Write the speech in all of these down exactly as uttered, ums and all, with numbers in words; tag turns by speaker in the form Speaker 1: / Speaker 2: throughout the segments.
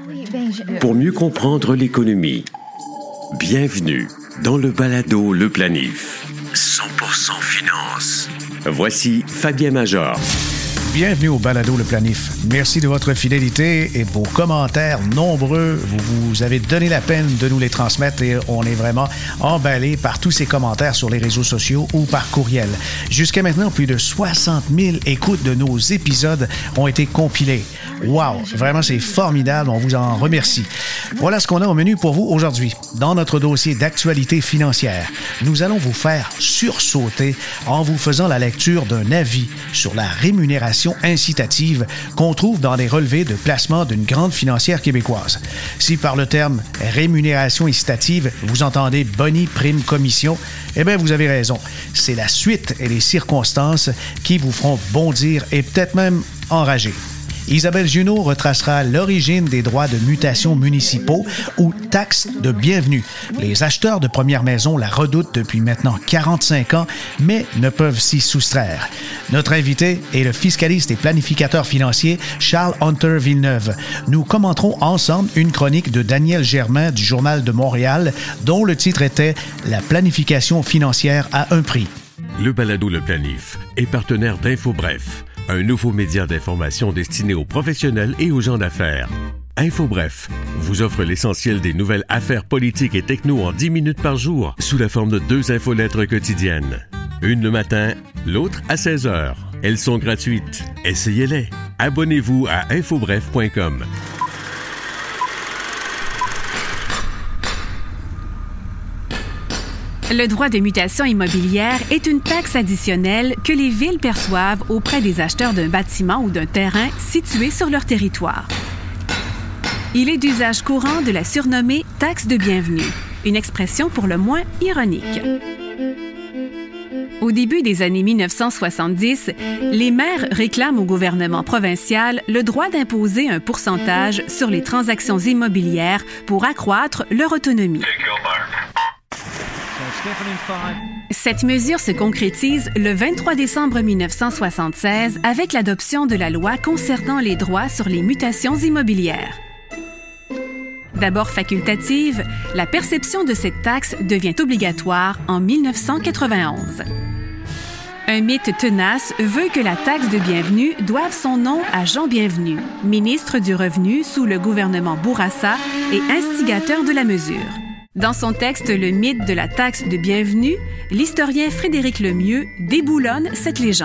Speaker 1: Oui, ben je...
Speaker 2: Pour mieux comprendre l'économie, bienvenue dans le balado Le Planif. cent pour cent finance. Voici Fabien Major.
Speaker 3: Bienvenue au balado Le Planif. Merci de votre fidélité et de vos commentaires nombreux. Vous vous avez donné la peine de nous les transmettre et on est vraiment emballé par tous ces commentaires sur les réseaux sociaux ou par courriel. Jusqu'à maintenant, plus de soixante mille écoutes de nos épisodes ont été compilés. Wow! Vraiment, c'est formidable. On vous en remercie. Voilà ce qu'on a au menu pour vous aujourd'hui. Dans notre dossier d'actualité financière, nous allons vous faire sursauter en vous faisant la lecture d'un avis sur la rémunération incitative qu'on trouve dans les relevés de placement d'une grande financière québécoise. Si par le terme rémunération incitative, vous entendez boni, prime, commission, eh bien, vous avez raison. C'est la suite et les circonstances qui vous feront bondir et peut-être même enrager. Isabelle Junot retracera l'origine des droits de mutation municipaux ou taxes de bienvenue. Les acheteurs de première maison la redoutent depuis maintenant quarante-cinq ans, mais ne peuvent s'y soustraire. Notre invité est le fiscaliste et planificateur financier Charles Hunter Villeneuve. Nous commenterons ensemble une chronique de Daniel Germain du Journal de Montréal, dont le titre était « La planification financière à un prix ».
Speaker 2: Le balado Le Planif est partenaire d'InfoBref, un nouveau média d'information destiné aux professionnels et aux gens d'affaires. InfoBref vous offre l'essentiel des nouvelles affaires politiques et techno en dix minutes par jour sous la forme de deux infolettres quotidiennes. Une le matin, l'autre à seize heures. Elles sont gratuites. Essayez-les. Abonnez-vous à infobref point com.
Speaker 4: Le droit de mutation immobilière est une taxe additionnelle que les villes perçoivent auprès des acheteurs d'un bâtiment ou d'un terrain situé sur leur territoire. Il est d'usage courant de la surnommer « taxe de bienvenue », une expression pour le moins ironique. Au début des années mille neuf cent soixante-dix, les maires réclament au gouvernement provincial le droit d'imposer un pourcentage sur les transactions immobilières pour accroître leur autonomie. Cette mesure se concrétise le vingt-trois décembre mille neuf cent soixante-seize avec l'adoption de la loi concernant les droits sur les mutations immobilières. D'abord facultative, la perception de cette taxe devient obligatoire en mille neuf cent quatre-vingt-onze. Un mythe tenace veut que la taxe de bienvenue doive son nom à Jean Bienvenu, ministre du Revenu sous le gouvernement Bourassa et instigateur de la mesure. Dans son texte « Le mythe de la taxe de bienvenue », l'historien Frédéric Lemieux déboulonne cette légende.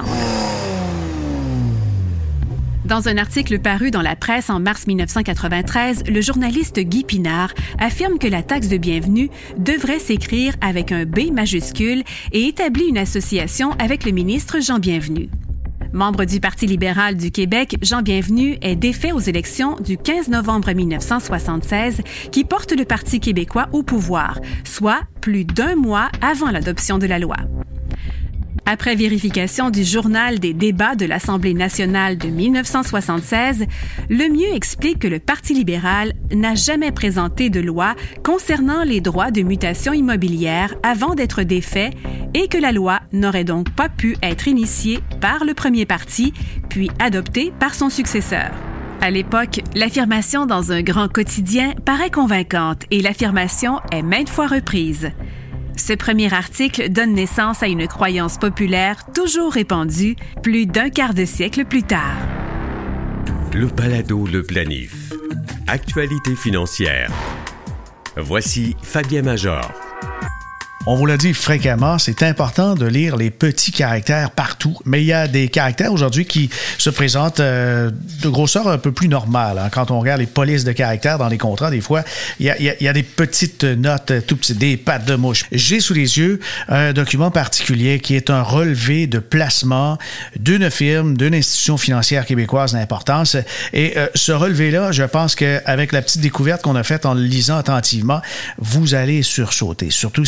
Speaker 4: Dans un article paru dans la presse en mars mille neuf cent quatre-vingt-treize, le journaliste Guy Pinard affirme que la taxe de bienvenue devrait s'écrire avec un B majuscule et établit une association avec le ministre Jean Bienvenu. Membre du Parti libéral du Québec, Jean Bienvenu est défait aux élections du quinze novembre mille neuf cent soixante-seize qui porte le Parti québécois au pouvoir, soit plus d'un mois avant l'adoption de la loi. Après vérification du journal des débats de l'Assemblée nationale de mille neuf cent soixante-seize, Lemieux explique que le Parti libéral n'a jamais présenté de loi concernant les droits de mutation immobilière avant d'être défait et que la loi n'aurait donc pas pu être initiée par le premier parti, puis adoptée par son successeur. À l'époque, l'affirmation dans un grand quotidien paraît convaincante et l'affirmation est maintes fois reprise. Ce premier article donne naissance à une croyance populaire toujours répandue plus d'un quart de siècle plus tard.
Speaker 2: Le balado Le Planif. Actualité financière. Voici Fabien Major.
Speaker 3: On vous l'a dit fréquemment, c'est important de lire les petits caractères partout, mais il y a des caractères aujourd'hui qui se présentent euh, de grosseur un peu plus normale. Hein. Quand on regarde les polices de caractères dans les contrats, des fois, il y a, il y a, il y a des petites notes tout petites, des pattes de mouche. J'ai sous les yeux un document particulier qui est un relevé de placement d'une firme, d'une institution financière québécoise d'importance. Et euh, ce relevé-là, je pense qu'avec la petite découverte qu'on a faite en le lisant attentivement, vous allez sursauter, surtout si vous êtes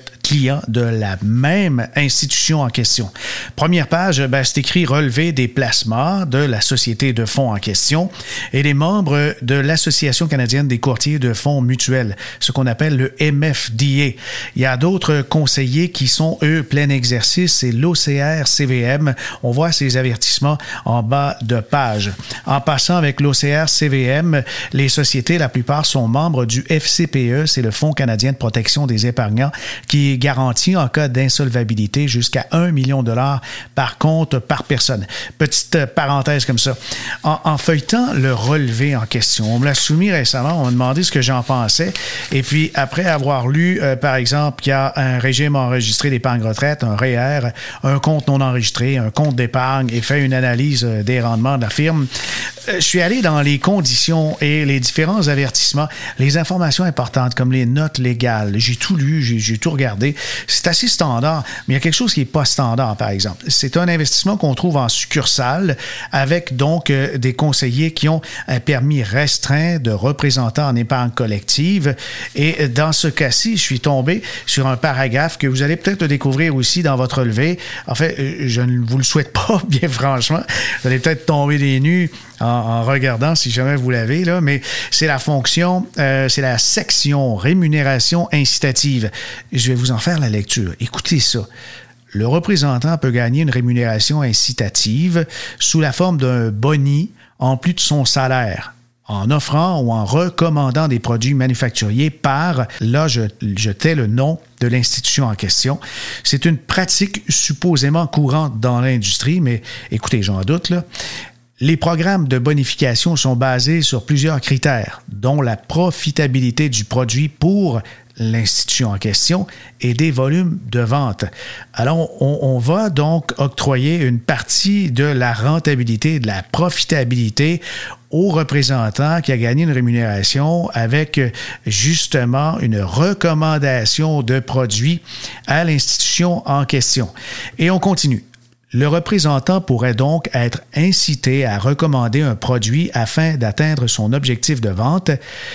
Speaker 3: êtes client de la même institution en question. Première page, ben, c'est écrit « Relevé des placements de la société de fonds en question et les membres de l'Association canadienne des courtiers de fonds mutuels », ce qu'on appelle le M F D A. Il y a d'autres conseillers qui sont, eux, plein exercice, c'est l'O C R C V M. On voit ces avertissements en bas de page. En passant avec l'O C R C V M, les sociétés, la plupart sont membres du F C P E, c'est le Fonds canadien de protection des épargnants, qui garantit en cas d'insolvabilité jusqu'à un million de dollars par compte par personne. Petite parenthèse comme ça. En, en feuilletant le relevé en question, on me l'a soumis récemment, on m'a demandé ce que j'en pensais, et puis après avoir lu, euh, par exemple, qu'il y a un régime enregistré d'épargne retraite, un R E R, un compte non enregistré, un compte d'épargne, et fait une analyse euh, des rendements de la firme, euh, je suis allé dans les conditions et les différents avertissements, les informations importantes comme les notes légales. J'ai tout lu, j'ai, j'ai tout regardé. C'est assez standard, mais il y a quelque chose qui n'est pas standard, par exemple. C'est un investissement qu'on trouve en succursale avec donc euh, des conseillers qui ont un permis restreint de représentants en épargne collective. Et dans ce cas-ci, je suis tombé sur un paragraphe que vous allez peut-être découvrir aussi dans votre relevé. En fait, je ne vous le souhaite pas, bien franchement. Vous allez peut-être tomber des nues en, en regardant, si jamais vous l'avez, là, mais c'est la fonction, euh, c'est la section rémunération incitative. Je vais vous en faire la lecture. Écoutez ça. Le représentant peut gagner une rémunération incitative sous la forme d'un boni en plus de son salaire, en offrant ou en recommandant des produits manufacturiers par, là, je, je tais le nom de l'institution en question. C'est une pratique supposément courante dans l'industrie, mais écoutez, j'en doute, là. Les programmes de bonification sont basés sur plusieurs critères, dont la profitabilité du produit pour l'institution en question et des volumes de vente. Alors, on, on va donc octroyer une partie de la rentabilité, de la profitabilité au représentant qui a gagné une rémunération avec justement une recommandation de produits à l'institution en question. Et on continue. Le représentant pourrait donc être incité à recommander un produit afin d'atteindre son objectif de vente,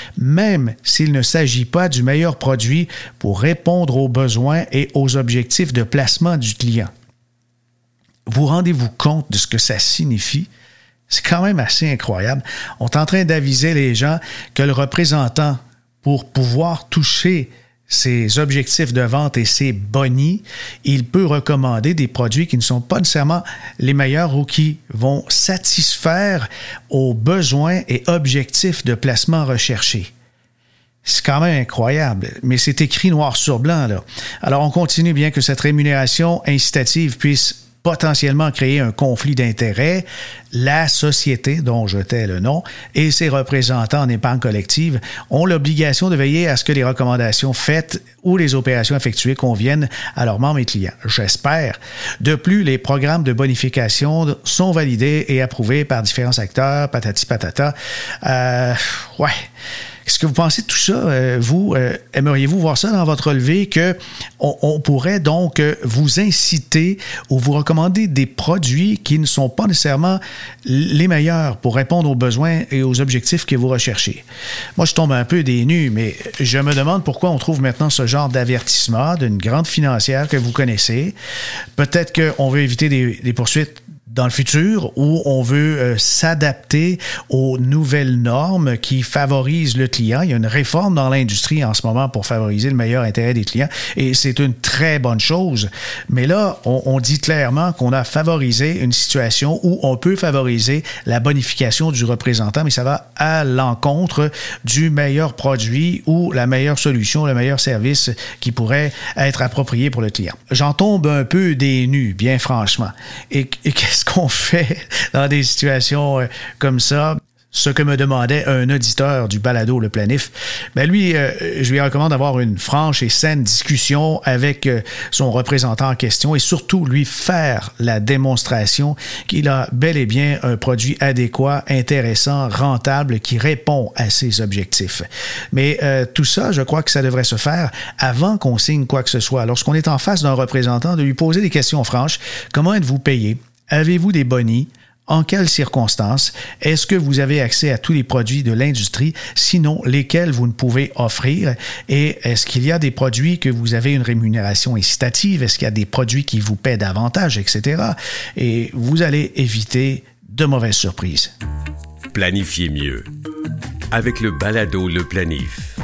Speaker 3: même s'il ne s'agit pas du meilleur produit pour répondre aux besoins et aux objectifs de placement du client. Vous rendez-vous compte de ce que ça signifie? C'est quand même assez incroyable. On est en train d'aviser les gens que le représentant, pour pouvoir toucher ses objectifs de vente et ses bonis, il peut recommander des produits qui ne sont pas nécessairement les meilleurs ou qui vont satisfaire aux besoins et objectifs de placement recherchés. C'est quand même incroyable, mais c'est écrit noir sur blanc, là. Alors, on continue, bien que cette rémunération incitative puisse potentiellement créer un conflit d'intérêts, la société, dont je tais le nom, et ses représentants en épargne collective ont l'obligation de veiller à ce que les recommandations faites ou les opérations effectuées conviennent à leurs membres et clients. J'espère. De plus, les programmes de bonification sont validés et approuvés par différents acteurs, patati patata. Euh, ouais. Qu'est-ce que vous pensez de tout ça? Euh, vous, euh, aimeriez-vous voir ça dans votre relevé que on, on pourrait donc euh, vous inciter ou vous recommander des produits qui ne sont pas nécessairement les meilleurs pour répondre aux besoins et aux objectifs que vous recherchez? Moi, je tombe un peu des nues, mais je me demande pourquoi on trouve maintenant ce genre d'avertissement d'une grande financière que vous connaissez. Peut-être qu'on veut éviter des, des poursuites dans le futur, où on veut euh, s'adapter aux nouvelles normes qui favorisent le client. Il y a une réforme dans l'industrie en ce moment pour favoriser le meilleur intérêt des clients et c'est une très bonne chose. Mais là, on, on dit clairement qu'on a favorisé une situation où on peut favoriser la bonification du représentant, mais ça va à l'encontre du meilleur produit ou la meilleure solution, le meilleur service qui pourrait être approprié pour le client. J'en tombe un peu des nues, bien franchement. Et, et qu'est-ce qu'on fait dans des situations euh, comme ça? Ce que me demandait un auditeur du balado Le Planif, ben lui, euh, je lui recommande d'avoir une franche et saine discussion avec euh, son représentant en question et surtout lui faire la démonstration qu'il a bel et bien un produit adéquat, intéressant, rentable, qui répond à ses objectifs. Mais euh, tout ça, je crois que ça devrait se faire avant qu'on signe quoi que ce soit. Lorsqu'on est en face d'un représentant, de lui poser des questions franches. Comment êtes-vous payé? Avez-vous des bonis? En quelles circonstances est-ce que vous avez accès à tous les produits de l'industrie, sinon lesquels vous ne pouvez offrir? Et est-ce qu'il y a des produits que vous avez une rémunération incitative? Est-ce qu'il y a des produits qui vous paient davantage, et cetera? Et vous allez éviter de mauvaises surprises.
Speaker 2: Planifiez mieux avec le balado Le Planif.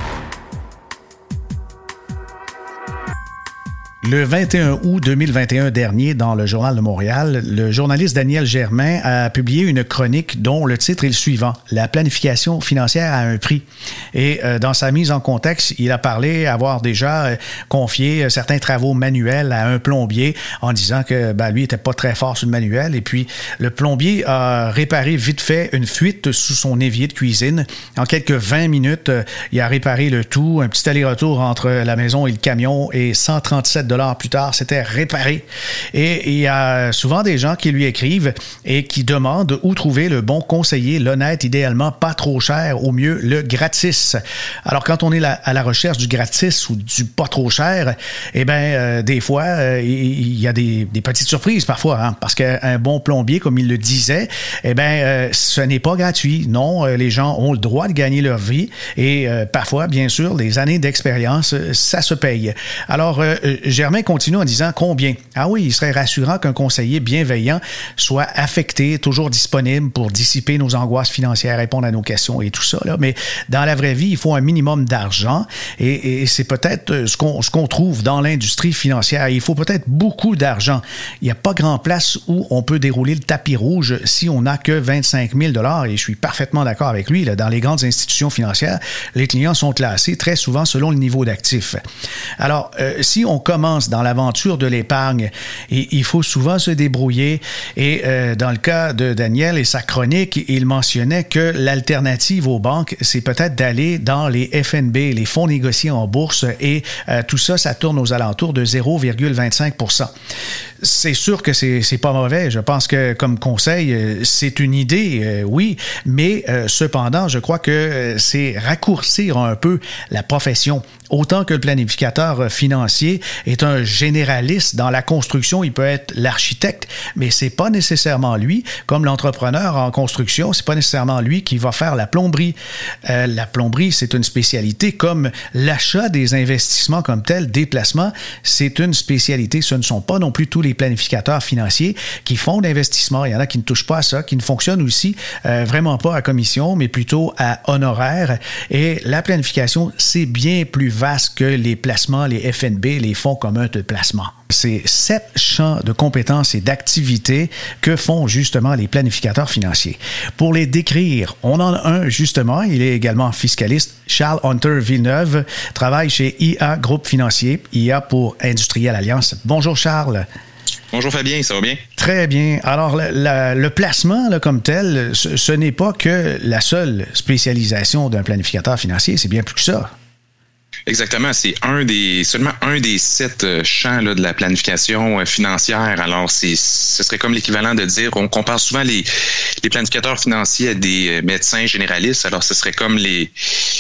Speaker 3: Le vingt et un août deux mille vingt et un dernier, dans le Journal de Montréal, le journaliste Daniel Germain a publié une chronique dont le titre est le suivant: « La planification financière a un prix ». Et euh, dans sa mise en contexte, il a parlé avoir déjà euh, confié euh, certains travaux manuels à un plombier en disant que ben, lui n'était pas très fort sur le manuel. Et puis, le plombier a réparé vite fait une fuite sous son évier de cuisine. En quelques vingt minutes, euh, il a réparé le tout, un petit aller-retour entre la maison et le camion, et cent trente-sept dollars plus tard, c'était réparé. Et il y a souvent des gens qui lui écrivent et qui demandent où trouver le bon conseiller, l'honnête, idéalement pas trop cher, au mieux le gratis. Alors, quand on est la, à la recherche du gratis ou du pas trop cher, eh bien, euh, des fois, euh, il y a des, des petites surprises parfois, hein, parce qu'un bon plombier, comme il le disait, eh bien, euh, ce n'est pas gratuit. Non, euh, les gens ont le droit de gagner leur vie et euh, parfois, bien sûr, des années d'expérience, ça se paye. Alors, euh, Germain continue en disant combien. Ah oui, il serait rassurant qu'un conseiller bienveillant soit affecté, toujours disponible pour dissiper nos angoisses financières, répondre à nos questions et tout ça. Là. Mais dans la vraie vie, il faut un minimum d'argent et, et c'est peut-être ce qu'on, ce qu'on trouve dans l'industrie financière. Il faut peut-être beaucoup d'argent. Il n'y a pas grand place où on peut dérouler le tapis rouge si on n'a que vingt-cinq mille dollars et je suis parfaitement d'accord avec lui. Là, dans les grandes institutions financières, les clients sont classés très souvent selon le niveau d'actifs. Alors, euh, si on commence dans l'aventure de l'épargne, et il faut souvent se débrouiller. Et euh, dans le cas de Daniel et sa chronique, il mentionnait que l'alternative aux banques, c'est peut-être d'aller dans les F N B, les fonds négociés en bourse, et euh, tout ça, ça tourne aux alentours de zéro virgule vingt-cinq pour cent. C'est sûr que c'est, c'est pas mauvais. Je pense que comme conseil, c'est une idée, euh, oui, mais euh, cependant, je crois que euh, c'est raccourcir un peu la profession. Autant que le planificateur financier est un généraliste dans la construction, il peut être l'architecte, mais c'est pas nécessairement lui, comme l'entrepreneur en construction, c'est pas nécessairement lui qui va faire la plomberie. Euh, la plomberie, c'est une spécialité, comme l'achat des investissements comme tel, des placements, c'est une spécialité. Ce ne sont pas non plus tous les planificateurs financiers qui font d'investissements. Il y en a qui ne touchent pas à ça, qui ne fonctionnent aussi euh, vraiment pas à commission, mais plutôt à honoraire. Et la planification, c'est bien plus vaste que les placements, les F N B, les fonds communs de placement. C'est sept champs de compétences et d'activités que font justement les planificateurs financiers. Pour les décrire, on en a un justement, il est également fiscaliste. Charles Hunter Villeneuve travaille chez I A Groupe Financier, I A pour Industriel Alliance. Bonjour Charles.
Speaker 1: Bonjour Fabien, ça va bien?
Speaker 3: Très bien. Alors, le, la, le placement là, comme tel, ce, ce n'est pas que la seule spécialisation d'un planificateur financier, c'est bien plus que ça.
Speaker 1: Exactement, c'est un des seulement un des sept champs là, de la planification financière. Alors, c'est ce serait comme l'équivalent de dire, on compare souvent les, les planificateurs financiers à des médecins généralistes. Alors, ce serait comme les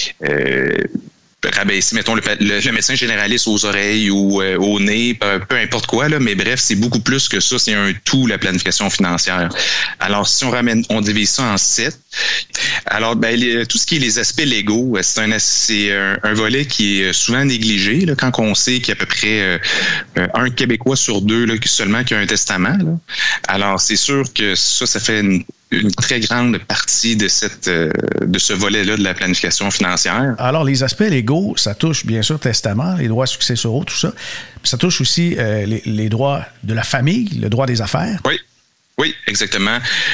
Speaker 1: euh, rabaisser, mettons, le, le, le médecin généraliste aux oreilles ou euh, au nez, peu, peu importe quoi, là, mais bref, c'est beaucoup plus que ça, c'est un tout, la planification financière. Alors, si on ramène, on divise ça en sept. Alors, ben, les, tout ce qui est les aspects légaux, c'est un, c'est un, un volet qui est souvent négligé, là, quand on sait qu'il y a à peu près euh, un Québécois sur deux là, seulement qui a un testament. Là. Alors, c'est sûr que ça, ça fait une une très grande partie de cette euh, de ce volet-là de la planification financière.
Speaker 3: Alors, les aspects légaux, ça touche bien sûr le testament, les droits successoraux, tout ça. Ça touche aussi euh, les, les droits de la famille, le droit des affaires.
Speaker 1: Oui. Oui, exactement.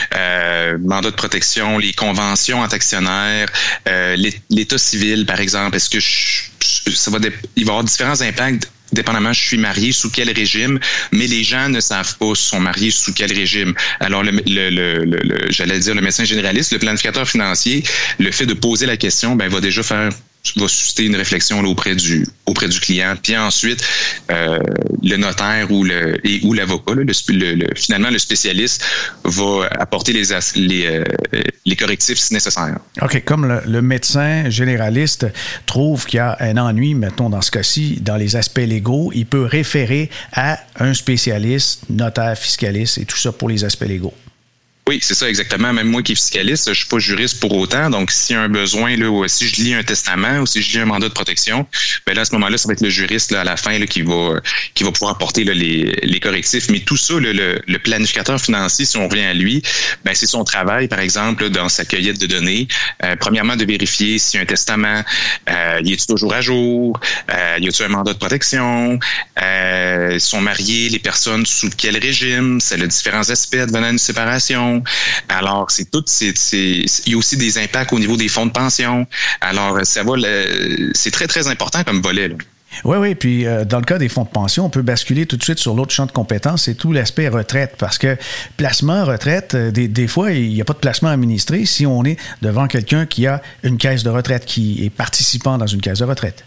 Speaker 1: Euh, mandat de protection, les conventions entre actionnaires, euh, l'état civil, par exemple. Est-ce que je, ça va, il va y avoir différents impacts dépendamment, je suis marié sous quel régime, mais les gens ne savent pas sont mariés sous quel régime. Alors, le, le, le, le, le j'allais dire le médecin généraliste, le planificateur financier, le fait de poser la question, ben va déjà faire va susciter une réflexion là, auprès du auprès du client. Puis ensuite, euh, le notaire ou le et, ou l'avocat, là, le, le, le, finalement le spécialiste va apporter les les, euh, les correctifs si nécessaire.
Speaker 3: OK. Comme le, le médecin généraliste trouve qu'il y a un ennui, mettons dans ce cas-ci, dans les aspects légaux, il peut référer à un spécialiste, notaire, fiscaliste et tout ça pour les aspects légaux.
Speaker 1: Oui, c'est ça exactement. Même moi qui est fiscaliste, je suis pas juriste pour autant. Donc, s'il y a un besoin, là, ou si je lis un testament ou si je lis un mandat de protection, ben là, à ce moment-là, ça va être le juriste là, à la fin là, qui va qui va pouvoir apporter là, les, les correctifs. Mais tout ça, là, le, le planificateur financier, si on revient à lui, ben c'est son travail, par exemple, là, dans sa cueillette de données. Euh, premièrement, de vérifier s'il y a un testament, euh, y est-il toujours à jour, euh, y a-t-il un mandat de protection, euh, sont mariés les personnes sous quel régime, c'est les différents aspects devenant une séparation. Alors, c'est tout, c'est, c'est, il y a aussi des impacts au niveau des fonds de pension. Alors, ça va, le, c'est très, très important comme volet, là.
Speaker 3: Oui, oui. Puis, euh, dans le cas des fonds de pension, on peut basculer tout de suite sur l'autre champ de compétences, c'est tout l'aspect retraite. Parce que placement, retraite, euh, des, des fois, il n'y a pas de placement administré si on est devant quelqu'un qui a une caisse de retraite, qui est participant dans une caisse de retraite.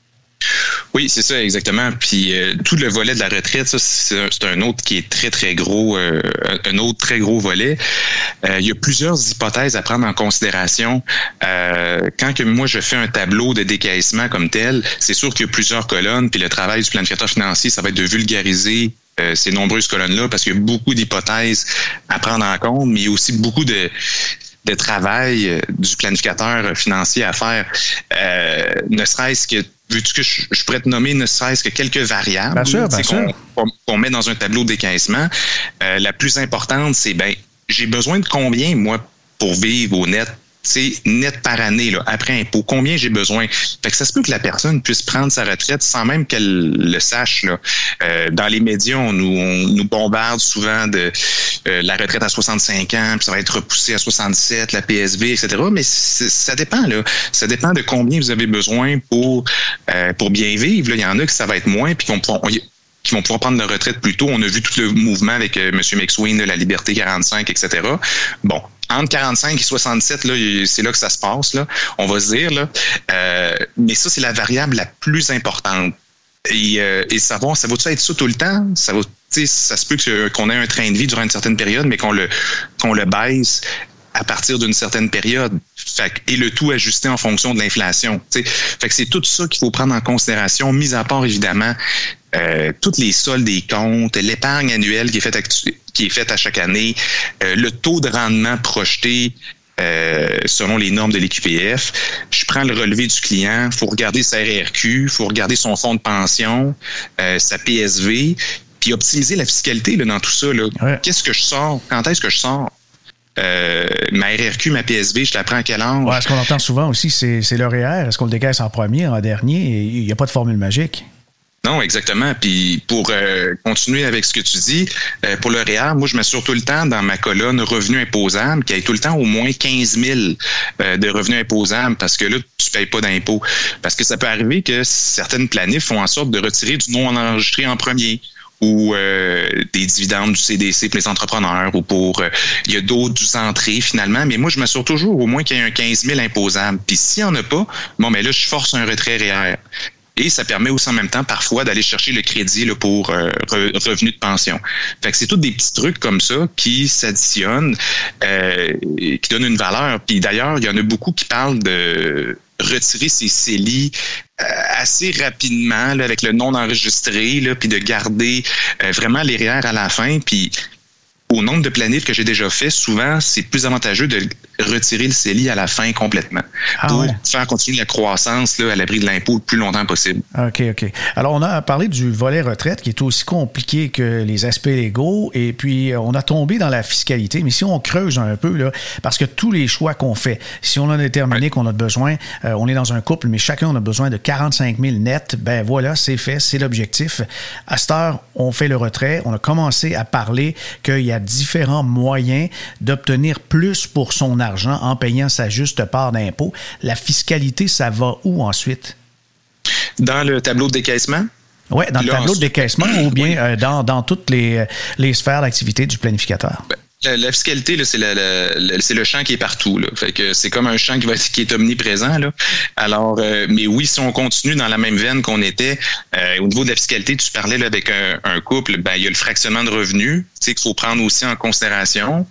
Speaker 1: Oui, c'est ça, exactement. Puis euh, tout le volet de la retraite, ça, c'est, c'est un autre qui est très, très gros, euh, un autre très gros volet. Euh, il y a plusieurs hypothèses à prendre en considération. Euh, quand que moi, je fais un tableau de décaissement comme tel, c'est sûr qu'il y a plusieurs colonnes, puis le travail du planificateur financier, ça va être de vulgariser euh, ces nombreuses colonnes-là, parce qu'il y a beaucoup d'hypothèses à prendre en compte, mais il y a aussi beaucoup de de travail du planificateur financier à faire, euh, ne serait-ce que, veux-tu que je, je pourrais te nommer ne serait-ce que quelques variables
Speaker 3: bien sûr, bien sûr.
Speaker 1: Qu'on, qu'on met dans un tableau de décaissement. Euh, la plus importante, c'est, ben, j'ai besoin de combien, moi, pour vivre au net? C'est net par année, là, après impôt. Combien j'ai besoin? Fait que ça se peut que la personne puisse prendre sa retraite sans même qu'elle le sache, là. Euh, dans les médias, on nous, on nous bombarde souvent de euh, la retraite à soixante-cinq ans, puis ça va être repoussé à soixante-dix-sept, la P S V, et cetera. Mais ça dépend, là. Ça dépend de combien vous avez besoin pour euh, pour bien vivre. Là, il y en a que ça va être moins, puis qu'on pourra, qui vont pouvoir prendre leur retraite plus tôt. On a vu tout le mouvement avec euh, M. McSween, là, la Liberté quarante-cinq, et cetera. Bon. Entre quarante-cinq et soixante-sept, là, c'est là que ça se passe, là, on va se dire. Là. Euh, mais ça, c'est la variable la plus importante. Et, euh, et savoir, ça va-tu être ça tout le temps? Ça va, ça se peut que, qu'on ait un train de vie durant une certaine période, mais qu'on le, qu'on le baisse à partir d'une certaine période. Fait, et le tout ajusté en fonction de l'inflation. T'sais. Fait que c'est tout ça qu'il faut prendre en considération, mis à part, évidemment, Euh, toutes les soldes des comptes, l'épargne annuelle qui est faite à, qui est faite à chaque année, euh, le taux de rendement projeté euh, selon les normes de l'É Q P F. Je prends le relevé du client, il faut regarder sa R R Q, il faut regarder son fonds de pension, euh, sa P S V, puis optimiser la fiscalité là, dans tout ça. Là. Ouais. Qu'est-ce que je sors? Quand est-ce que je sors? Euh, ma R R Q, ma P S V, je la prends à quel âge?
Speaker 3: Ouais, ce qu'on entend souvent aussi, c'est, c'est le R E R. Est-ce qu'on le décaisse en premier, en dernier? Il n'y a pas de formule magique.
Speaker 1: Non, exactement. Puis pour euh, continuer avec ce que tu dis, euh, pour le R E R, moi, je m'assure tout le temps dans ma colonne revenus imposables qu'il y ait tout le temps au moins quinze mille euh, de revenus imposables parce que là, tu ne payes pas d'impôt. Parce que ça peut arriver que certaines planifs font en sorte de retirer du non enregistré en premier ou euh, des dividendes du C D C pour les entrepreneurs ou pour... Euh, il y a d'autres entrées finalement, mais moi, je m'assure toujours au moins qu'il y ait un quinze mille imposables. Puis s'il n'y en a pas, bon, mais là, je force un retrait R E R. Et ça permet aussi en même temps parfois d'aller chercher le crédit là, pour euh, re, revenu de pension. Fait que c'est tous des petits trucs comme ça qui s'additionnent, euh, qui donnent une valeur. Puis d'ailleurs, il y en a beaucoup qui parlent de retirer ces C E L I euh, assez rapidement là, avec le non enregistré, là, puis de garder euh, vraiment les R E R à la fin. Puis au nombre de planifs que j'ai déjà fait, souvent, c'est plus avantageux de retirer le C E L I à la fin complètement ah pour ouais. faire continuer la croissance là, à l'abri de l'impôt le plus longtemps possible.
Speaker 3: OK, OK. Alors, on a parlé du volet retraite qui est aussi compliqué que les aspects légaux et puis on a tombé dans la fiscalité. Mais si on creuse un peu, là, parce que tous les choix qu'on fait, si on a déterminé ouais. qu'on a besoin, euh, on est dans un couple, mais chacun on a besoin de quarante-cinq mille net, ben voilà, c'est fait, c'est l'objectif. À cette heure, on fait le retrait. On a commencé à parler qu'il y a différents moyens d'obtenir plus pour son argent en payant sa juste part d'impôt. La fiscalité, ça va où ensuite?
Speaker 1: Dans le tableau de décaissement?
Speaker 3: Oui, dans le Là, tableau ensuite, de décaissement ou bien oui. euh, dans, dans toutes les, les sphères d'activité du planificateur? Ben,
Speaker 1: La, la fiscalité, là, c'est, la, la, la, c'est le champ qui est partout. Là. Fait que c'est comme un champ qui, va, qui est omniprésent. Là. Alors, euh, mais oui, si on continue dans la même veine qu'on était, euh, au niveau de la fiscalité, tu parlais là, avec un, un couple, ben il y a le fractionnement de revenus, tu sais, qu'il faut prendre aussi en considération.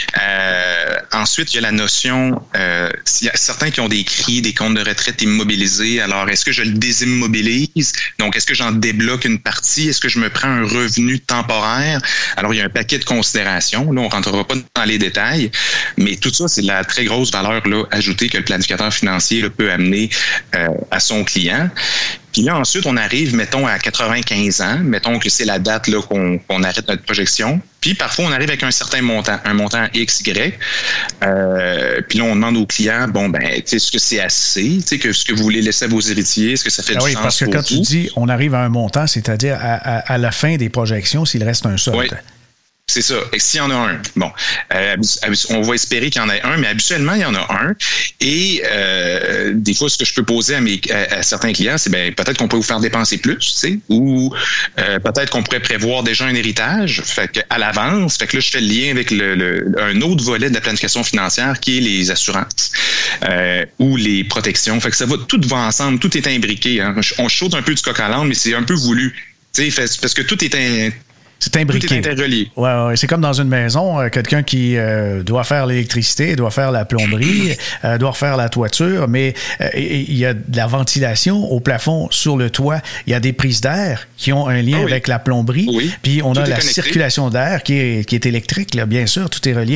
Speaker 1: Euh, ensuite, il y a la notion, euh, il y a certains qui ont des C R I, des comptes de retraite immobilisés. Alors, est-ce que je le désimmobilise? Donc, est-ce que j'en débloque une partie? Est-ce que je me prends un revenu temporaire? Alors, il y a un paquet de considérations. Là, on rentrera pas dans les détails, mais tout ça, c'est la très grosse valeur là, ajoutée que le planificateur financier là, peut amener euh, à son client. Puis là, ensuite, on arrive, mettons, à quatre-vingt-quinze ans. Mettons que c'est la date là, qu'on, qu'on arrête notre projection. Puis parfois, on arrive avec un certain montant, un montant X, Y. Euh, puis là, on demande aux clients, bon, ben, est-ce que c'est assez? Tu sais, que ce que vous voulez laisser à vos héritiers, est-ce que ça fait ah du
Speaker 3: oui,
Speaker 1: sens
Speaker 3: parce que
Speaker 1: pour
Speaker 3: quand
Speaker 1: vous?
Speaker 3: tu dis on arrive à un montant, c'est-à-dire à, à, à la fin des projections, s'il reste un solde.
Speaker 1: Oui. C'est ça. Et s'il y en a un, bon, euh, on va espérer qu'il y en ait un, mais habituellement, il y en a un. Et euh, des fois, ce que je peux poser à, mes, à, à certains clients, c'est ben peut-être qu'on peut vous faire dépenser plus, tu sais, ou euh, peut-être qu'on pourrait prévoir déjà un héritage, fait que à l'avance. Fait que là, je fais le lien avec le, le, un autre volet de la planification financière qui est les assurances euh, ou les protections. Fait que ça va, tout va ensemble, tout est imbriqué. Hein. On saute un peu du coq à l'âne, mais c'est un peu voulu, tu sais, parce que tout est un
Speaker 3: C'est imbriqué.
Speaker 1: Tout est interrelié.
Speaker 3: Ouais, ouais, c'est comme dans une maison, euh, quelqu'un qui euh, doit faire l'électricité, doit faire la plomberie, euh, doit refaire la toiture, mais euh, il y a de la ventilation au plafond, sur le toit. Il y a des prises d'air qui ont un lien oh oui. avec la plomberie.
Speaker 1: Oui.
Speaker 3: Puis on
Speaker 1: tout
Speaker 3: a la
Speaker 1: connecté.
Speaker 3: circulation d'air qui est, qui est électrique, là, bien sûr, tout est relié.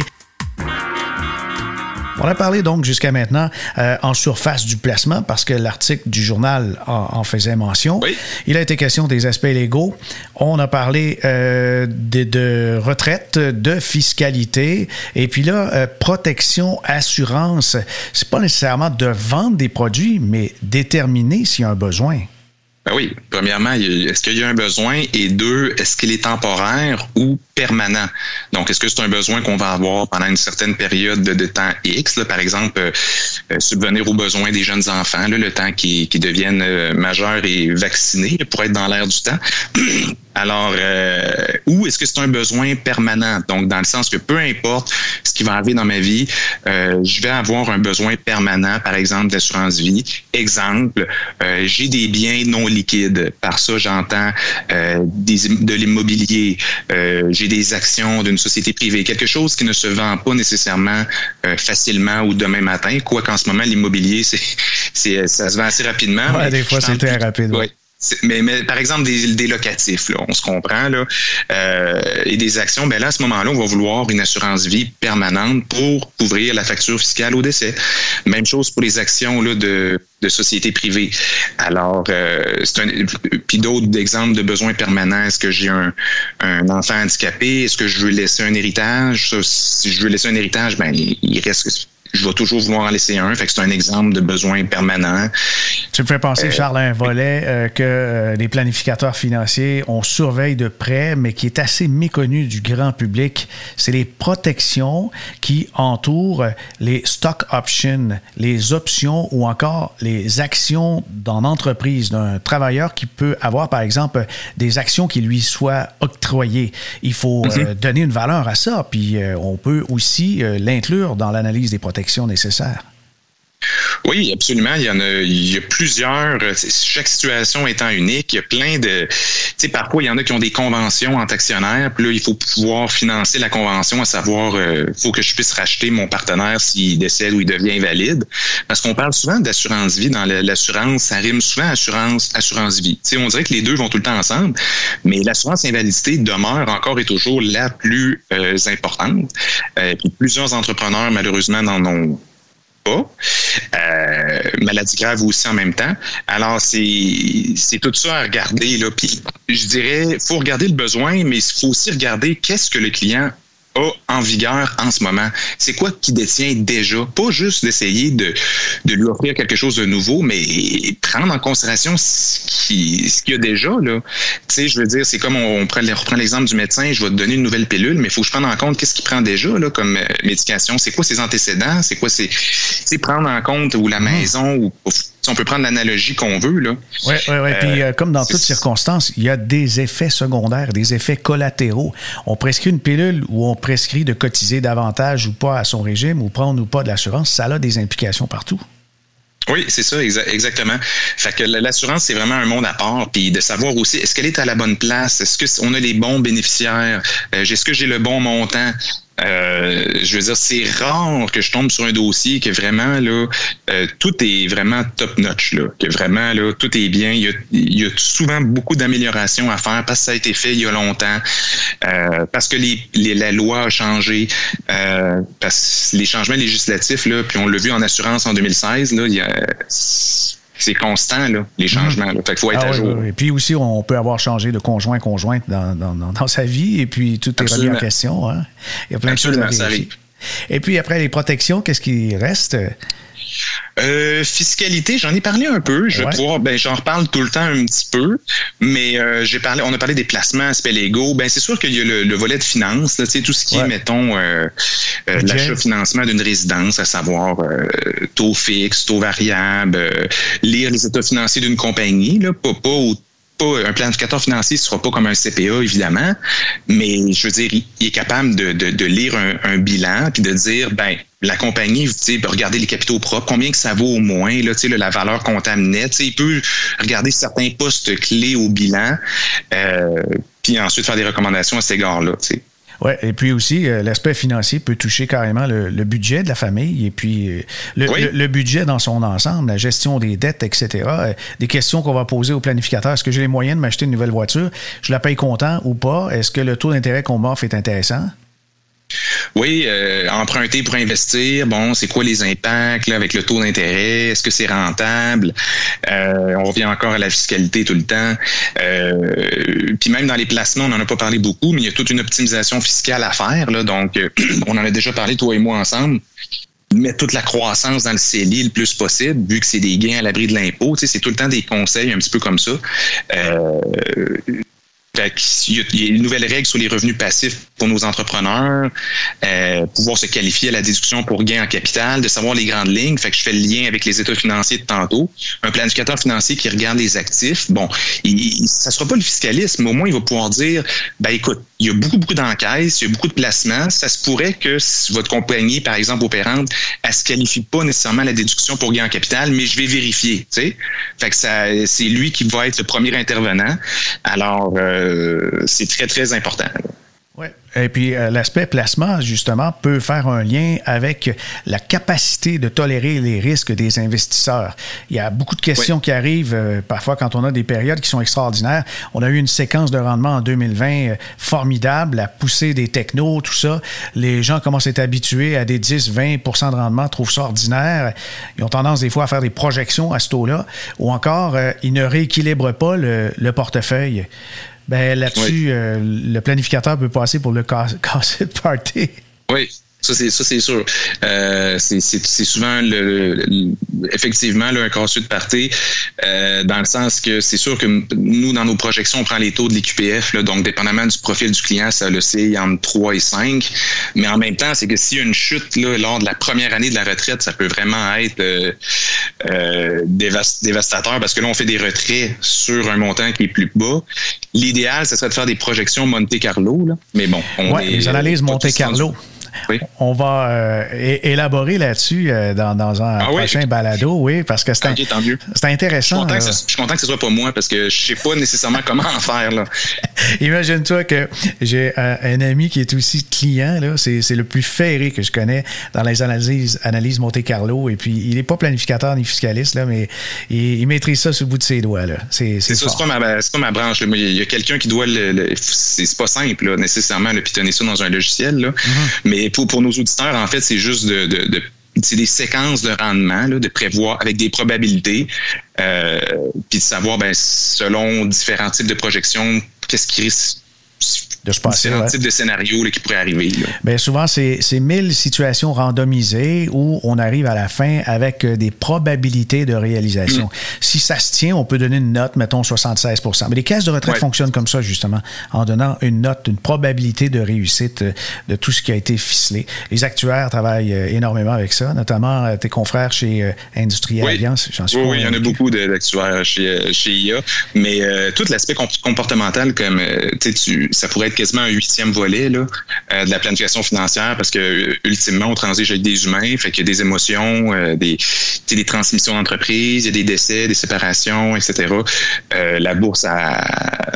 Speaker 3: On a parlé donc jusqu'à maintenant euh, en surface du placement parce que l'article du journal en, en faisait mention.
Speaker 1: Oui.
Speaker 3: Il a été question des aspects légaux. On a parlé euh, de, de retraite, de fiscalité et puis là, euh, protection, assurance. C'est pas nécessairement de vendre des produits, mais déterminer s'il y a un besoin.
Speaker 1: Ben oui. Premièrement, est-ce qu'il y a un besoin? Et deux, est-ce qu'il est temporaire ou permanent? Donc, est-ce que c'est un besoin qu'on va avoir pendant une certaine période de, de temps X? Là, par exemple, euh, subvenir aux besoins des jeunes enfants, là, le temps qu'ils, qu'ils deviennent euh, majeurs et vaccinés pour être dans l'air du temps. Alors, euh, ou est-ce que c'est un besoin permanent? Donc, dans le sens que peu importe ce qui va arriver dans ma vie, euh, je vais avoir un besoin permanent, par exemple, d'assurance vie. Exemple, euh, j'ai des biens non liquides. Par ça, j'entends euh, des, de l'immobilier. Euh, j'ai des actions d'une société privée. Quelque chose qui ne se vend pas nécessairement euh, facilement ou demain matin. Quoi qu'en ce moment, l'immobilier, c'est, c'est ça se vend assez rapidement.
Speaker 3: Ouais, des fois, c'est très rapide.
Speaker 1: Ouais. Mais, mais par exemple, des, des locatifs, là, on se comprend, là, euh, et des actions, ben là, à ce moment-là, on va vouloir une assurance vie permanente pour couvrir la facture fiscale au décès. Même chose pour les actions là, de, de sociétés privées. Alors, euh, c'est un, puis d'autres exemples de besoins permanents. Est-ce que j'ai un, un enfant handicapé? Est-ce que je veux laisser un héritage? Ça, si je veux laisser un héritage, ben il, il reste... Je vais toujours vouloir en laisser un. Fait que c'est un exemple de besoin permanent.
Speaker 3: Tu me fais penser, euh, Charles, à un volet euh, que euh, les planificateurs financiers, on surveille de près, mais qui est assez méconnu du grand public. C'est les protections qui entourent les stock options, les options ou encore les actions dans l'entreprise d'un travailleur qui peut avoir, par exemple, des actions qui lui soient octroyées. Il faut mm-hmm. euh, donner une valeur à ça, puis euh, on peut aussi euh, l'inclure dans l'analyse des protections nécessaires.
Speaker 1: Oui, absolument. Il y en a, il y a plusieurs. Chaque situation étant unique, il y a plein de. Tu sais, parfois il y en a qui ont des conventions entre actionnaires. Puis là, il faut pouvoir financer la convention, à savoir, il euh, faut que je puisse racheter mon partenaire s'il décède ou il devient invalide. Parce qu'on parle souvent d'assurance vie. Dans l'assurance, ça rime souvent assurance, assurance vie. Tu sais, on dirait que les deux vont tout le temps ensemble, mais l'assurance invalidité demeure encore et toujours la plus euh, importante. Euh, puis plusieurs entrepreneurs malheureusement n'en ont pas. Euh, maladie grave aussi en même temps. Alors, c'est, c'est tout ça à regarder, là. Puis, je dirais, faut regarder le besoin, mais il faut aussi regarder qu'est-ce que le client a en vigueur en ce moment. C'est quoi qu'il détient déjà? Pas juste d'essayer de, de lui offrir quelque chose de nouveau, mais prendre en considération ce, qui, ce qu'il y a déjà, là. Tu sais, je veux dire, c'est comme on, on, prend, on reprend l'exemple du médecin, je vais te donner une nouvelle pilule, mais il faut que je prenne en compte qu'est-ce qu'il prend déjà, là, comme euh, médication. C'est quoi ses antécédents? C'est quoi ses... Tu sais, prendre en compte ou la maison, ou on peut prendre l'analogie qu'on veut, là.
Speaker 3: Oui, oui, oui. Puis, euh, comme dans toutes circonstances, il y a des effets secondaires, des effets collatéraux. On prescrit une pilule ou on prescrit de cotiser davantage ou pas à son régime ou prendre ou pas de l'assurance, ça a des implications partout.
Speaker 1: Oui, c'est ça, exa- exactement. Fait que l'assurance, c'est vraiment un monde à part. Puis de savoir aussi, est-ce qu'elle est à la bonne place? Est-ce qu'on a les bons bénéficiaires? Euh, est-ce que j'ai le bon montant? Euh, je veux dire, c'est rare que je tombe sur un dossier que vraiment, là, euh, tout est vraiment top-notch, là, que vraiment, là, tout est bien. Il y a, il y a souvent beaucoup d'améliorations à faire parce que ça a été fait il y a longtemps, euh, parce que les, les, la loi a changé, euh, parce que les changements législatifs, là, puis on l'a vu en assurance en deux mille seize, là, il y a... C'est constant, là, les changements. Là. Fait qu'il faut être
Speaker 3: ah,
Speaker 1: à
Speaker 3: oui,
Speaker 1: jour.
Speaker 3: Oui. Et puis aussi, on peut avoir changé de conjoint-conjointe dans, dans, dans sa vie, et puis tout est Absolument. remis en question. Hein? Il y a plein
Speaker 1: Absolument,
Speaker 3: de choses à vérifier. Et puis après les protections, qu'est-ce qui reste?
Speaker 1: Euh, fiscalité, j'en ai parlé un peu. Je vais ouais. pouvoir, ben, j'en reparle tout le temps un petit peu, mais euh, j'ai parlé, on a parlé des placements, aspects légaux. Ben, c'est sûr qu'il y a le, le volet de finances, là, tu sais, tout ce qui ouais. est, mettons, euh, euh, l'achat-financement d'une résidence, à savoir euh, taux fixe, taux variable, euh, lire les états financiers d'une compagnie, là, pas, pas au Pas, un planificateur financier ne sera pas comme un C P A, évidemment, mais je veux dire, il, il est capable de, de, de lire un, un bilan puis de dire, ben la compagnie, tu sais, regarder les capitaux propres, combien que ça vaut au moins, là, tu sais, la valeur comptable nette. Tu sais, il peut regarder certains postes clés au bilan, euh, puis ensuite faire des recommandations à cet égard-là, tu sais.
Speaker 3: Oui, et puis aussi, euh, l'aspect financier peut toucher carrément le, le budget de la famille et puis euh, le, oui. le, le budget dans son ensemble, la gestion des dettes, et cetera. Euh, des questions qu'on va poser au planificateur. Est-ce que j'ai les moyens de m'acheter une nouvelle voiture? Je la paye comptant ou pas? Est-ce que le taux d'intérêt qu'on m'offre est intéressant?
Speaker 1: Oui, euh, emprunter pour investir, bon, c'est quoi les impacts là, avec le taux d'intérêt? Est-ce que c'est rentable? Euh, on revient encore à la fiscalité tout le temps. Euh, puis même dans les placements, on n'en a pas parlé beaucoup, mais il y a toute une optimisation fiscale à faire. Là, donc, euh, on en a déjà parlé, toi et moi, ensemble. Mettre toute la croissance dans le C E L I le plus possible, vu que c'est des gains à l'abri de l'impôt. Tu sais, c'est tout le temps des conseils un petit peu comme ça. Euh, Fait il, y a, il y a une nouvelle règle sur les revenus passifs pour nos entrepreneurs, euh, pouvoir se qualifier à la déduction pour gain en capital, de savoir les grandes lignes. Fait que je fais le lien avec les états financiers de tantôt. Un planificateur financier qui regarde les actifs, bon, il, il, ça sera pas le fiscalisme, mais au moins il va pouvoir dire, ben écoute, il y a beaucoup, beaucoup d'encaisses, il y a beaucoup de placements. Ça se pourrait que si votre compagnie, par exemple, opérante, elle se qualifie pas nécessairement à la déduction pour gain en capital, mais je vais vérifier, tu sais. Fait que ça, c'est lui qui va être le premier intervenant. Alors, euh, c'est très, très important.
Speaker 3: Oui. Et puis, euh, l'aspect placement, justement, peut faire un lien avec la capacité de tolérer les risques des investisseurs. Il y a beaucoup de questions oui. qui arrivent, euh, parfois, quand on a des périodes qui sont extraordinaires. On a eu une séquence de rendement en deux mille vingt euh, formidable, la poussée des technos, tout ça. Les gens commencent à être habitués à des dix à vingt pour cent de rendement, trouvent ça ordinaire. Ils ont tendance, des fois, à faire des projections à ce taux-là. Ou encore, euh, ils ne rééquilibrent pas le, le portefeuille. Ben là-dessus, oui. euh, le planificateur peut passer pour le casser de party.
Speaker 1: Oui. Ça, c'est, ça, c'est sûr. Euh, c'est, c'est, c'est souvent, le, le, effectivement, là, un casseux de party, euh, dans le sens que c'est sûr que nous, dans nos projections, on prend les taux de l'I Q P F, là, donc dépendamment du profil du client, ça le sait entre trois et cinq. Mais en même temps, c'est que s'il y a une chute là, lors de la première année de la retraite, ça peut vraiment être euh, euh, dévast- dévastateur parce que là, on fait des retraits sur un montant qui est plus bas. L'idéal, ce serait de faire des projections Monte Carlo, là. Mais bon, on
Speaker 3: ouais, est, les analyses euh, Monte Carlo. Oui. On va euh, é- élaborer là-dessus euh, dans, dans un ah prochain oui. balado, oui, parce que c'est,
Speaker 1: okay, un,
Speaker 3: c'est intéressant.
Speaker 1: Je suis, ça, je suis content que ce soit pas moi parce que je sais pas nécessairement comment en faire. Là.
Speaker 3: Imagine-toi que j'ai un, un ami qui est aussi client, là, c'est, c'est le plus ferré que je connais dans les analyses, analyses Monte Carlo, et puis il n'est pas planificateur ni fiscaliste, là, mais il, il maîtrise ça sur le bout de ses doigts. Là. C'est, c'est, c'est ça, c'est pas,
Speaker 1: ma, c'est pas ma branche. Là. Il y a quelqu'un qui doit le. le c'est, c'est pas simple là, nécessairement de pitonner ça dans un logiciel, là. Mm-hmm. Mais Pour, pour nos auditeurs, en fait, c'est juste de, de, de c'est des séquences de rendement, là, de prévoir avec des probabilités, euh, puis de savoir, ben, selon différents types de projections, qu'est-ce qui risque
Speaker 3: de se passer.
Speaker 1: Différents
Speaker 3: ouais.
Speaker 1: types de scénarios là, qui pourraient arriver. Là.
Speaker 3: Bien, souvent, c'est, c'est mille situations randomisées où on arrive à la fin avec des probabilités de réalisation. Mmh. Si ça se tient, on peut donner une note, mettons soixante-seize pour cent. Mais les caisses de retraite ouais. fonctionnent comme ça, justement, en donnant une note, une probabilité de réussite de tout ce qui a été ficelé. Les actuaires travaillent énormément avec ça, notamment tes confrères chez Industrie
Speaker 1: oui.
Speaker 3: Alliance. J'en suis
Speaker 1: oui, oui, il y en a beaucoup de, d'actuaires chez, chez I A, mais euh, tout l'aspect comportemental, comme euh, tu ça pourrait être quasiment un huitième volet là, euh, de la planification financière parce que euh, ultimement, on transige avec des humains, fait qu'il y a des émotions, euh, des, des transmissions d'entreprise, il y a des décès, des séparations, et cetera. Euh, la bourse a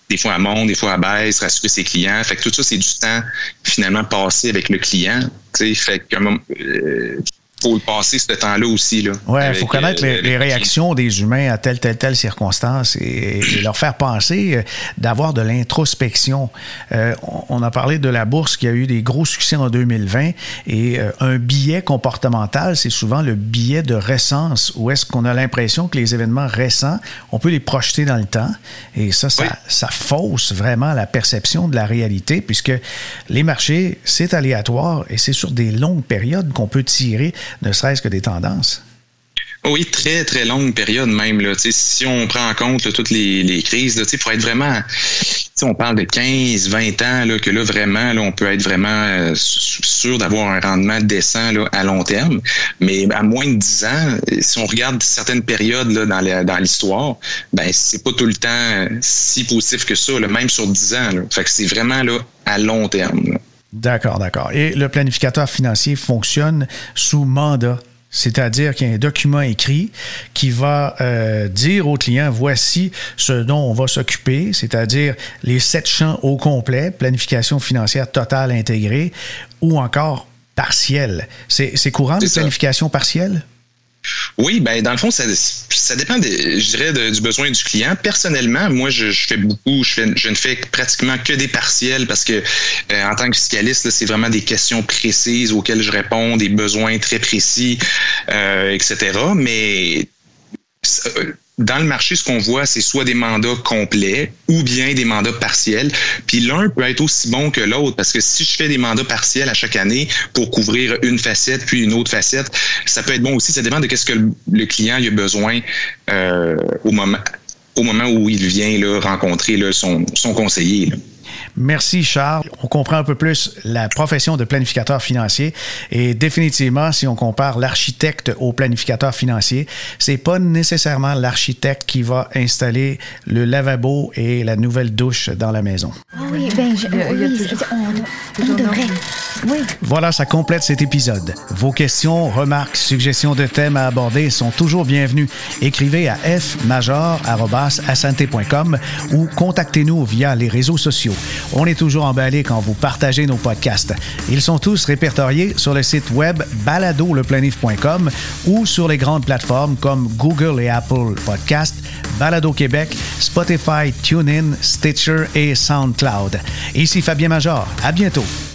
Speaker 1: des fois, elle monte, des fois, elle baisse, rassurer ses clients. Fait que tout ça, c'est du temps finalement passé avec le client. Tu sais, fait que euh, faut le passer ce temps-là aussi. Là,
Speaker 3: oui, il faut connaître
Speaker 1: euh,
Speaker 3: les, les réactions des humains à telle, telle, telle circonstance et, et leur faire penser d'avoir de l'introspection. Euh, on a parlé de la bourse qui a eu des gros succès en deux mille vingt et euh, un biais comportemental, c'est souvent le biais de récence où est-ce qu'on a l'impression que les événements récents, on peut les projeter dans le temps et ça, ça, oui. ça fausse vraiment la perception de la réalité puisque les marchés, c'est aléatoire et c'est sur des longues périodes qu'on peut tirer ne serait-ce que des tendances.
Speaker 1: Oui, très, très longue période même. Là. Si on prend en compte là, toutes les, les crises, là, pour être vraiment... On parle de quinze, vingt ans, là, que là, vraiment, là, on peut être vraiment euh, sûr d'avoir un rendement décent là, à long terme. Mais à moins de dix ans, si on regarde certaines périodes là, dans, la, dans l'histoire, ben c'est pas tout le temps si positif que ça, là, même sur dix ans. Là. Fait que c'est vraiment là, à long terme. Là.
Speaker 3: D'accord, d'accord. Et le planificateur financier fonctionne sous mandat, c'est-à-dire qu'il y a un document écrit qui va euh, dire au client, voici ce dont on va s'occuper, c'est-à-dire les sept champs au complet, planification financière totale intégrée ou encore partielle. C'est, c'est courant, les planifications partielles?
Speaker 1: Oui, ben dans le fond, ça, ça dépend, de, je dirais, de, du besoin du client. Personnellement, moi, je, je fais beaucoup, je, fais, je ne fais pratiquement que des partiels parce que euh, en tant que fiscaliste, là, c'est vraiment des questions précises auxquelles je réponds, des besoins très précis, euh, et cetera. Mais dans le marché, ce qu'on voit, c'est soit des mandats complets ou bien des mandats partiels. Puis l'un peut être aussi bon que l'autre parce que si je fais des mandats partiels à chaque année pour couvrir une facette puis une autre facette, ça peut être bon aussi. Ça dépend de qu'est-ce que le client il a besoin euh, au moment au moment où il vient là, rencontrer là, son, son conseiller. Là.
Speaker 3: Merci, Charles. On comprend un peu plus la profession de planificateur financier et définitivement, si on compare l'architecte au planificateur financier, c'est pas nécessairement l'architecte qui va installer le lavabo et la nouvelle douche dans la maison.
Speaker 5: Oh oui, ben, je, oui, on, on devrait. Oui.
Speaker 3: Voilà, ça complète cet épisode. Vos questions, remarques, suggestions de thèmes à aborder sont toujours bienvenues. Écrivez à f major arobase asante point com ou contactez-nous via les réseaux sociaux. On est toujours emballé quand vous partagez nos podcasts. Ils sont tous répertoriés sur le site web balado le planif point com ou sur les grandes plateformes comme Google et Apple Podcasts, Balado Québec, Spotify, TuneIn, Stitcher et SoundCloud. Ici Fabien Major. À bientôt.